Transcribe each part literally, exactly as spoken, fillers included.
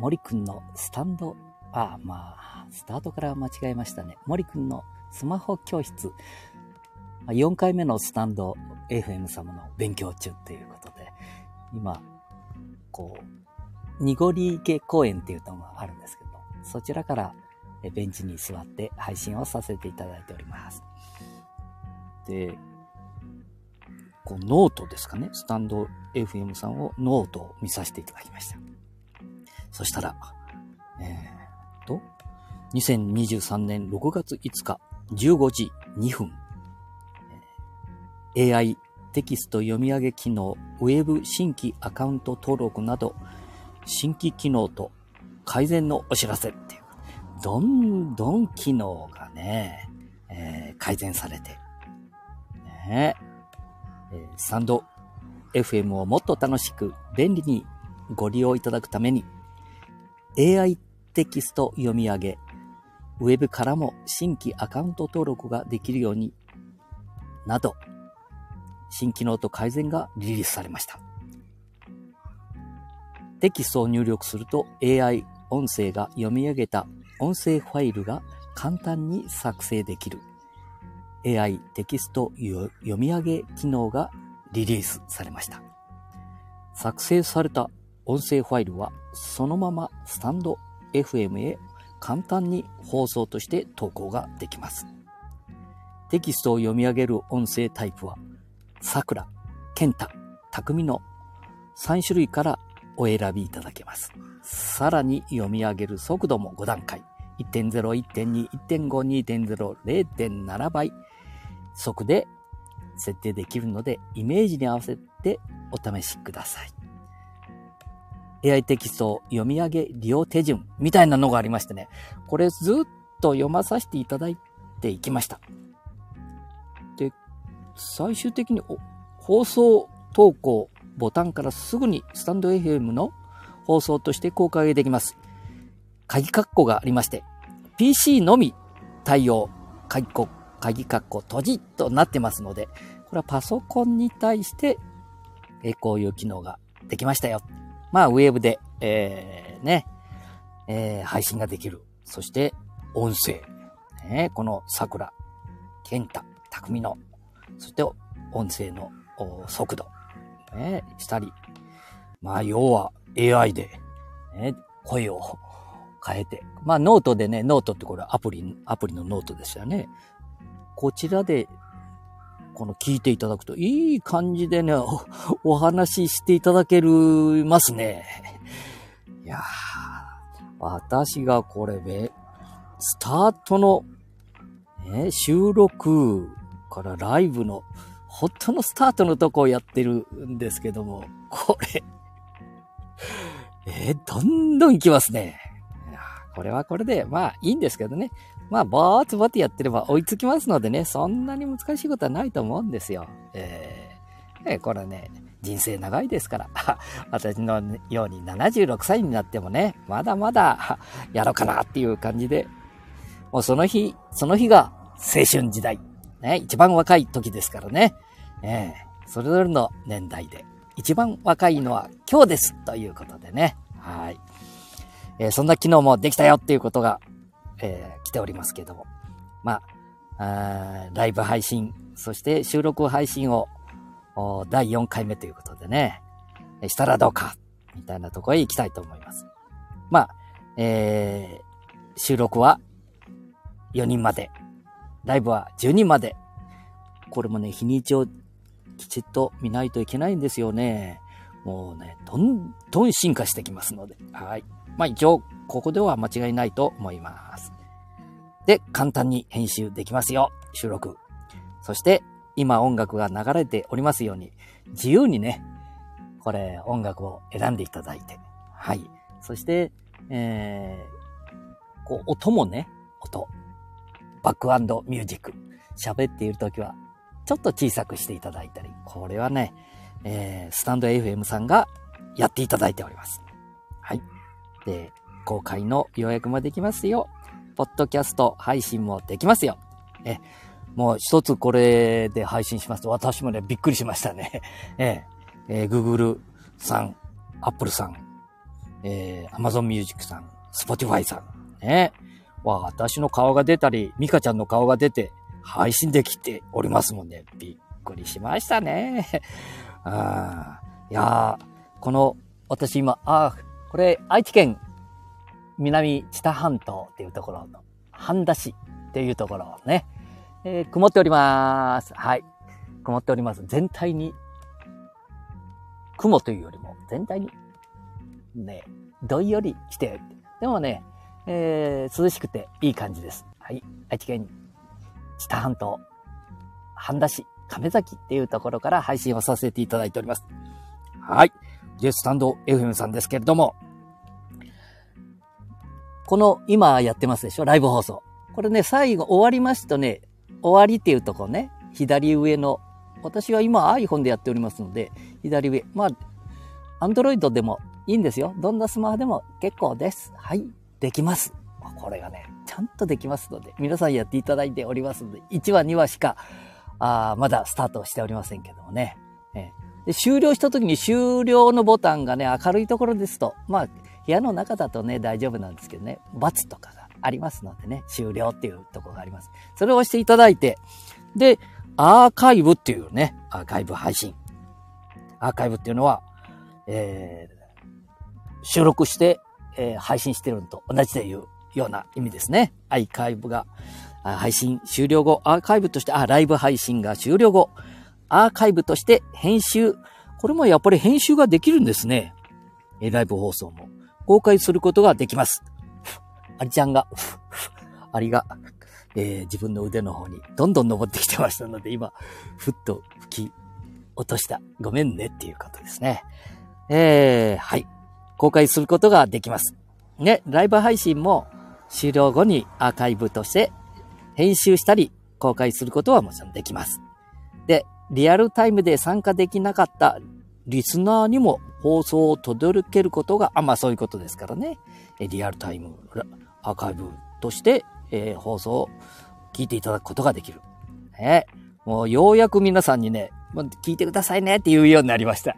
森くんのスタンド、あ、まあ、スタートから間違えましたね。森くんのスマホ教室。よんかいめのスタンド エフエム 様の勉強中ということで、今、こう、濁り家公園っていうのがあるんですけど、そちらからベンチに座って配信をさせていただいております。で、こうノートですかね。スタンド エフエム さんをノートを見させていただきました。そしたら、えー、と、にせんにじゅうさんねんろくがついつかじゅうごじにふん、エーアイ テキスト読み上げ機能、ウェブ新規アカウント登録など、新規機能と改善のお知らせっていう、どんどん機能がね、えー、改善されて、ね、えー、スタンド エフエム をもっと楽しく便利にご利用いただくために、エーアイ テキスト読み上げ、ウェブからも新規アカウント登録ができるようになど、新機能と改善がリリースされました。テキストを入力すると エーアイ 音声が読み上げた音声ファイルが簡単に作成できる エーアイ テキスト読み上げ機能がリリースされました。作成された音声ファイルはそのままスタンド エフエム へ簡単に放送として投稿ができます。テキストを読み上げる音声タイプはさくら、けんた、たくみのさんしゅるいからお選びいただけます。さらに読み上げる速度もごだんかい。いってんゼロ、いってんに、いってんご、にてんゼロ、れいてんなな 倍速で設定できるので、イメージに合わせてお試しください。エーアイ テキスト読み上げ利用手順みたいなのがありましてね、これずっと読まさせていただいていきました。で、最終的に放送投稿ボタンからすぐにスタンド エフエム の放送として公開できます。鍵括弧がありまして、ピーシー のみ対応、鍵括弧、鍵括弧閉じとなってますので、これはパソコンに対してえこういう機能ができましたよ。まあ、ウェブで、えー、ね、えー、配信ができる。そして、音声。ね、この桜、ケンタ、たくみの、そして、音声の速度。ね、したり。まあ、要は エーアイ で、ね、声を変えて。まあ、ノートでね、ノートってこれアプリ、アプリのノートですよね。こちらで、この聞いていただくといい感じでね、お, お話ししていただけるますね。いやー、私がこれね、スタートの、ね、収録からライブの本当のスタートのとこをやってるんですけども、これ、えー、どんどん行きますね。いやこれはこれで、まあいいんですけどね。まあ、ぼーっとぼーってやってれば追いつきますのでね、そんなに難しいことはないと思うんですよ。えー、えー、これね、人生長いですから、私のようにななじゅうろくさいになってもね、まだまだやろうかなっていう感じで、もうその日、その日が青春時代。ね、一番若い時ですからね。えー、それぞれの年代で、一番若いのは今日ですということでね。はい。えー、そんな機能もできたよっていうことが、えー、来ておりますけども。まあ、あライブ配信、そして収録配信をだいよんかいめということでね、したらどうか、みたいなところへ行きたいと思います。まあ、えー、収録はよにんまで、ライブはじゅうにんまで。これもね、日にちをきちっと見ないといけないんですよね。もうね、どんどん進化してきますので。はい。まあ一応、ここでは間違いないと思います。で、簡単に編集できますよ。収録。そして、今音楽が流れておりますように、自由にね、これ音楽を選んでいただいて。はい。そして、えー、こう、音もね、音。バック&ミュージック。喋っているときは、ちょっと小さくしていただいたり。これはね、えー、スタンド エフエム さんがやっていただいております。はい。で、公開の予約もできますよ。ポッドキャスト配信もできますよ。え、もう一つこれで配信しますと、私もね、びっくりしましたね。えー、えー、Google さん、Apple さん、 えー、Amazon Music さん、Spotify さん、ね。わ、私の顔が出たり、ミカちゃんの顔が出て、配信できておりますもんね。びっくりしましたね。あいやー、この、私今、あこれ、愛知県南知多半島っていうところの、半田市っていうところね、えー、曇っております。はい。曇っております。全体に、雲というよりも、全体に、ね、どんよりして、でもね、えー、涼しくていい感じです。はい。愛知県知多半島、半田市、亀崎っていうところから配信をさせていただいております。はい。で、スタンド エフエム さんですけれども、この今やってますでしょ、ライブ放送。これね、最後終わりますとね、終わりっていうところね、左上の、私は今 iPhone でやっておりますので、左上、まあ、Android でもいいんですよ。どんなスマホでも結構です。はい。できます。これがね、ちゃんとできますので、皆さんやっていただいておりますので、いちわ、にわしか、あまだスタートしておりませんけどもね。えー、で終了した時に終了のボタンがね、明るいところですと、まあ、部屋の中だとね、大丈夫なんですけどね、×とかがありますのでね、終了っていうところがあります。それを押していただいて、で、アーカイブっていうね、アーカイブ配信。アーカイブっていうのは、えー、収録して、えー、配信してるのと同じというような意味ですね。アーカイブが、配信終了後、アーカイブとして、あ、ライブ配信が終了後、アーカイブとして編集。これもやっぱり編集ができるんですね。えー、ライブ放送も公開することができます。アリちゃんが、アリが、えー、自分の腕の方にどんどん登ってきてましたので、今、ふっと吹き落とした。ごめんねっていうことですね。えー、はい。公開することができます。ね、ライブ配信も終了後にアーカイブとして編集したり公開することはもちろんできます。で、リアルタイムで参加できなかったリスナーにも放送を届けることが、あ、まあそういうことですからね。リアルタイム、アーカイブとして、えー、放送を聞いていただくことができる。ね、もうようやく皆さんにね、聞いてくださいねって言うようになりました。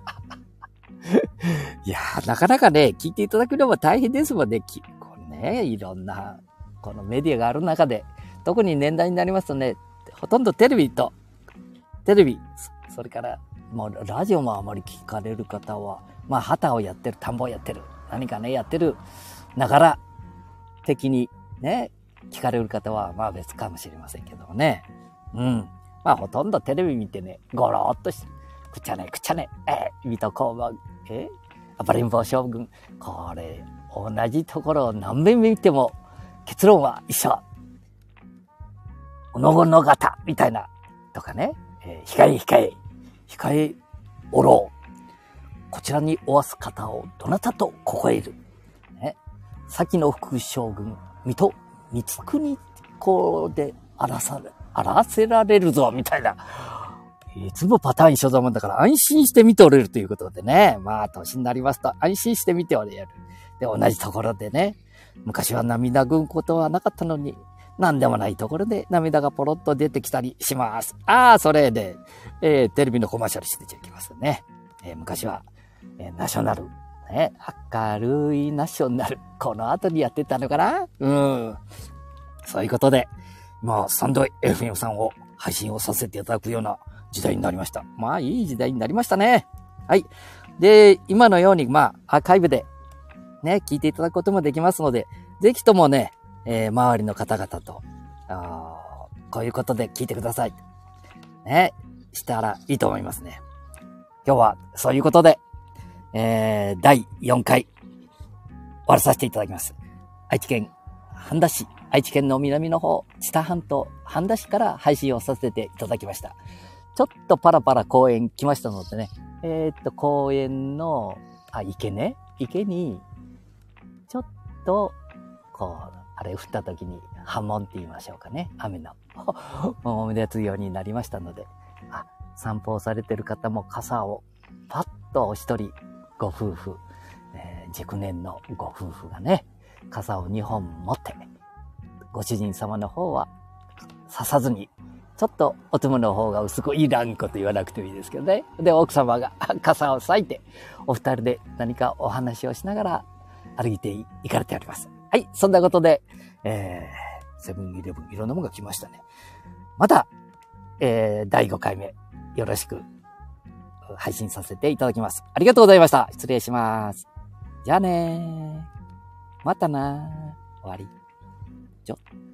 いやー、なかなかね、聞いていただくのも大変ですもんね。これね、いろんな、このメディアがある中で、特に年代になりますとね、ほとんどテレビと、テレビ、それから、もうラジオもあまり聞かれる方は、まあ、旗をやってる、田んぼをやってる、何かね、やってる、ながら的にね、聞かれる方は、まあ別かもしれませんけどもね。うん。まあ、ほとんどテレビ見てね、ゴローっとして、くちゃね、くちゃね、えー、水戸黄門、えー、暴れん坊将軍、これ、同じところを何遍見ても、結論は一緒。おのごの型、みたいな、とかね、えー、控え控え、控えおろう。こちらにおわす方をどなたとこえる。ね、先の副将軍、水戸光圀公であらされ、あらせられるぞ、みたいな。いつもパターン一緒だもんだから安心して見ておれるということでね。まあ、年になりますと安心して見ておれる。で、同じところでね。昔は涙ぐむことはなかったのに、なんでもないところで涙がポロッと出てきたりします。ああ、それで、えー、テレビのコマーシャルしてちゃいけますね。えー、昔は、えー、ナショナル。ね、明るいナショナル。この後にやってたのかな？うん。そういうことで、まあ、スタンド エフエム さんを配信をさせていただくような時代になりました。まあ、いい時代になりましたね。はい。で、今のように、まあ、アーカイブで、ね、聞いていただくこともできますので、ぜひともね、えー、周りの方々と、あこういうことで聞いてください。ね、したらいいと思いますね。今日は、そういうことで、えー、だいよんかい、終わらさせていただきます。愛知県半田市、愛知県の南の方、知多半島、半田市から配信をさせていただきました。ちょっとパラパラ公園来ましたのでね、えー、っと、公園の、あ、池ね、池に、ちょっと、こう、あれ降った時に波紋って言いましょうかね。雨の。もう目立つようになりましたので、あ、散歩をされてる方も傘をパッとお一人、ご夫婦、えー、熟年のご夫婦がね、傘をにほん持って、ご主人様の方は刺さずにちょっとお供の方が薄くいらんこと言わなくてもいいですけどね。で、奥様が傘を裂いて、お二人で何かお話をしながら歩いていかれております。はい、そんなことで、えー、セブンイレブンいろんなものが来ましたね。また、えー、だいごかいめよろしく配信させていただきます。ありがとうございました。失礼します。じゃあねー。またなー。終わり。ちょ。